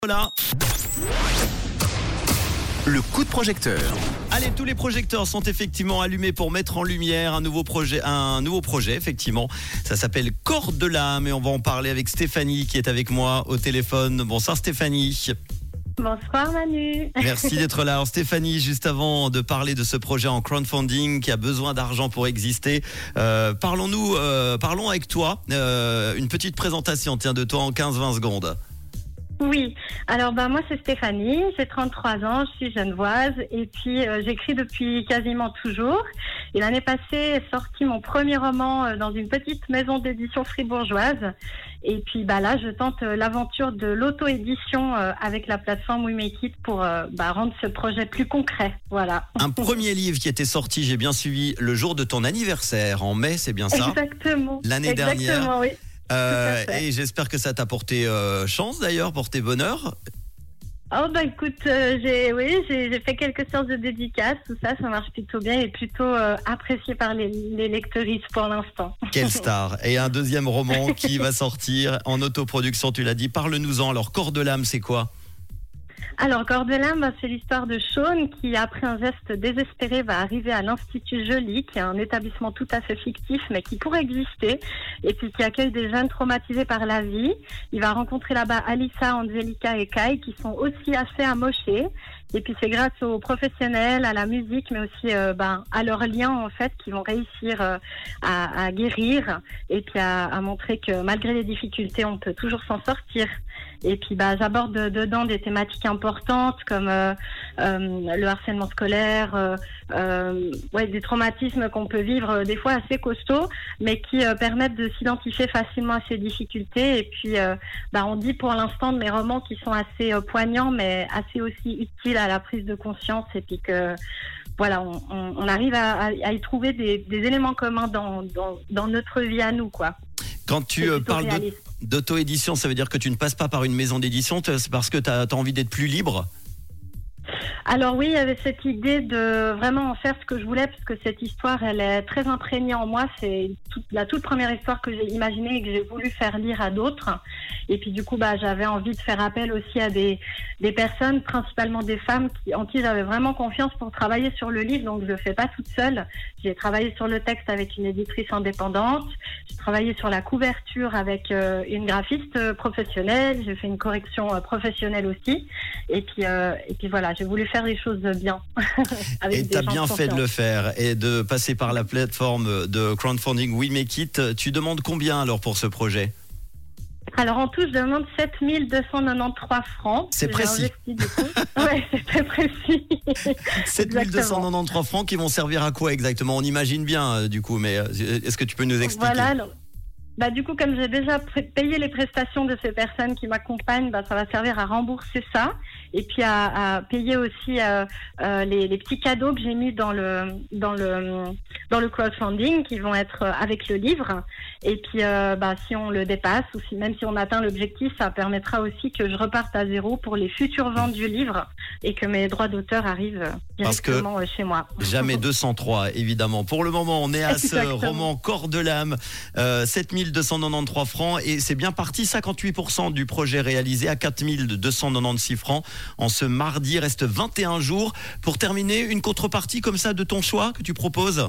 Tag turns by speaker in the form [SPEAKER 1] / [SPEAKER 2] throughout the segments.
[SPEAKER 1] Voilà.
[SPEAKER 2] Le coup de projecteur.
[SPEAKER 1] Allez, tous les projecteurs sont effectivement allumés pour mettre en lumière un nouveau projet, effectivement. Ça s'appelle Corps de l'âme et on va en parler avec Stéphanie qui est avec moi au téléphone. Bonsoir Stéphanie.
[SPEAKER 3] Bonsoir Manu.
[SPEAKER 1] Merci d'être là. Alors Stéphanie, juste avant de parler de ce projet en crowdfunding qui a besoin d'argent pour exister, parlons avec toi. Une petite présentation, de toi en 15-20 secondes.
[SPEAKER 3] Oui, alors moi c'est Stéphanie, j'ai 33 ans, je suis genevoise et puis j'écris depuis quasiment toujours. Et l'année passée est sorti mon premier roman dans une petite maison d'édition fribourgeoise. Et puis là je tente l'aventure de l'auto-édition avec la plateforme We Make It pour rendre ce projet plus concret. Voilà.
[SPEAKER 1] Un premier livre qui était sorti, j'ai bien suivi, le jour de ton anniversaire, en mai, c'est bien ça?
[SPEAKER 3] Exactement.
[SPEAKER 1] L'année dernière.
[SPEAKER 3] Exactement, oui.
[SPEAKER 1] Et j'espère que ça t'a porté chance d'ailleurs, porté bonheur.
[SPEAKER 3] Oh écoute, j'ai fait quelques séances de dédicaces, tout ça marche plutôt bien et plutôt apprécié par les lectrices pour l'instant.
[SPEAKER 1] Quelle star. Et un deuxième roman qui va sortir en autoproduction, tu l'as dit. Parle-nous-en. Alors, Corps de l'âme, c'est quoi?
[SPEAKER 3] Alors, Corps de l'âme, c'est l'histoire de Sean qui, après un geste désespéré, va arriver à l'Institut Joly, qui est un établissement tout à fait fictif, mais qui pourrait exister, et puis qui accueille des jeunes traumatisés par la vie. Il va rencontrer là-bas Alissa, Angelica et Kai, qui sont aussi assez amochés. Et puis c'est grâce aux professionnels, à la musique, mais aussi à leurs liens en fait, qui vont réussir à guérir et puis à montrer que malgré les difficultés, on peut toujours s'en sortir. Et puis j'aborde dedans des thématiques importantes comme le harcèlement scolaire, des traumatismes qu'on peut vivre des fois assez costauds, mais qui permettent de s'identifier facilement à ces difficultés. Et puis on dit pour l'instant de mes romans qui sont assez poignants, mais assez aussi utiles à la prise de conscience, et puis que on arrive à y trouver des éléments communs dans notre vie à nous, quoi.
[SPEAKER 1] Quand tu parles d'auto-édition, ça veut dire que tu ne passes pas par une maison d'édition, c'est parce que tu as envie d'être plus libre?
[SPEAKER 3] Alors oui, il y avait cette idée de vraiment en faire ce que je voulais, parce que cette histoire, elle est très imprégnée en moi. C'est la toute première histoire que j'ai imaginée et que j'ai voulu faire lire à d'autres. Et puis du coup, j'avais envie de faire appel aussi à des personnes, principalement des femmes, en qui j'avais vraiment confiance pour travailler sur le livre. Donc je le fais pas toute seule. J'ai travaillé sur le texte avec une éditrice indépendante. J'ai travaillé sur la couverture avec une graphiste professionnelle. J'ai fait une correction professionnelle aussi. Et puis voilà, j'ai voulu faire les choses bien.
[SPEAKER 1] Et tu as bien fait de le faire et de passer par la plateforme de crowdfunding We Make It. Tu demandes combien alors pour ce projet?
[SPEAKER 3] Alors en tout, je demande 7 293 francs.
[SPEAKER 1] C'est précis.
[SPEAKER 3] Oui, c'est très précis.
[SPEAKER 1] 7 293 francs qui vont servir à quoi exactement? On imagine bien du coup, mais est-ce que tu peux nous expliquer?
[SPEAKER 3] Voilà, alors, du coup, comme j'ai déjà payé les prestations de ces personnes qui m'accompagnent, ça va servir à rembourser ça. Et puis à payer aussi les petits cadeaux que j'ai mis dans le crowdfunding qui vont être avec le livre. Et puis si on le dépasse ou même si on atteint l'objectif, ça permettra aussi que je reparte à zéro pour les futures ventes du livre et que mes droits d'auteur arrivent directement chez moi.
[SPEAKER 1] Jamais 203 évidemment. Pour le moment, on est à ce roman Corps de l'âme, 7 293 francs, et c'est bien parti, 58% du projet réalisé à 4 296 francs. En ce mardi, reste 21 jours. Pour terminer, une contrepartie comme ça de ton choix que tu proposes?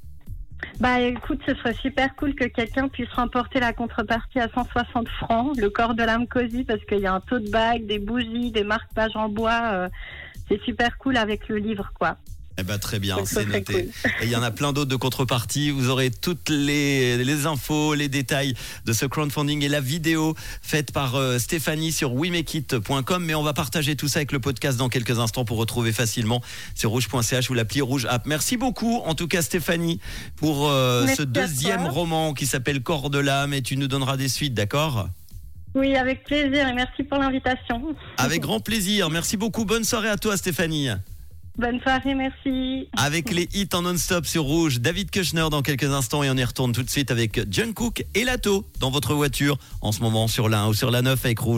[SPEAKER 3] Écoute, ce serait super cool que quelqu'un puisse remporter la contrepartie à 160 francs, le Corps de l'âme cosy, parce qu'il y a un tote bag, des bougies, des marque-pages en bois. C'est super cool avec le livre, quoi.
[SPEAKER 1] Très bien, c'est noté.
[SPEAKER 3] Cool.
[SPEAKER 1] Et il y en a plein d'autres de contreparties. Vous aurez toutes les infos, les détails de ce crowdfunding et la vidéo faite par Stéphanie sur wemakeit.com. Mais on va partager tout ça avec le podcast dans quelques instants pour retrouver facilement sur rouge.ch ou l'appli Rouge App. Merci beaucoup, en tout cas Stéphanie, pour ce deuxième roman qui s'appelle Corps de l'âme, et tu nous donneras des suites, d'accord?
[SPEAKER 3] Oui, avec plaisir, et merci pour l'invitation.
[SPEAKER 1] Avec grand plaisir. Merci beaucoup. Bonne soirée à toi, Stéphanie.
[SPEAKER 3] Bonne soirée, merci.
[SPEAKER 1] Avec les hits en non-stop sur Rouge, David Kushner dans quelques instants, et on y retourne tout de suite avec Jungkook et Lato dans votre voiture en ce moment sur la 1 ou sur la 9 avec Rouge.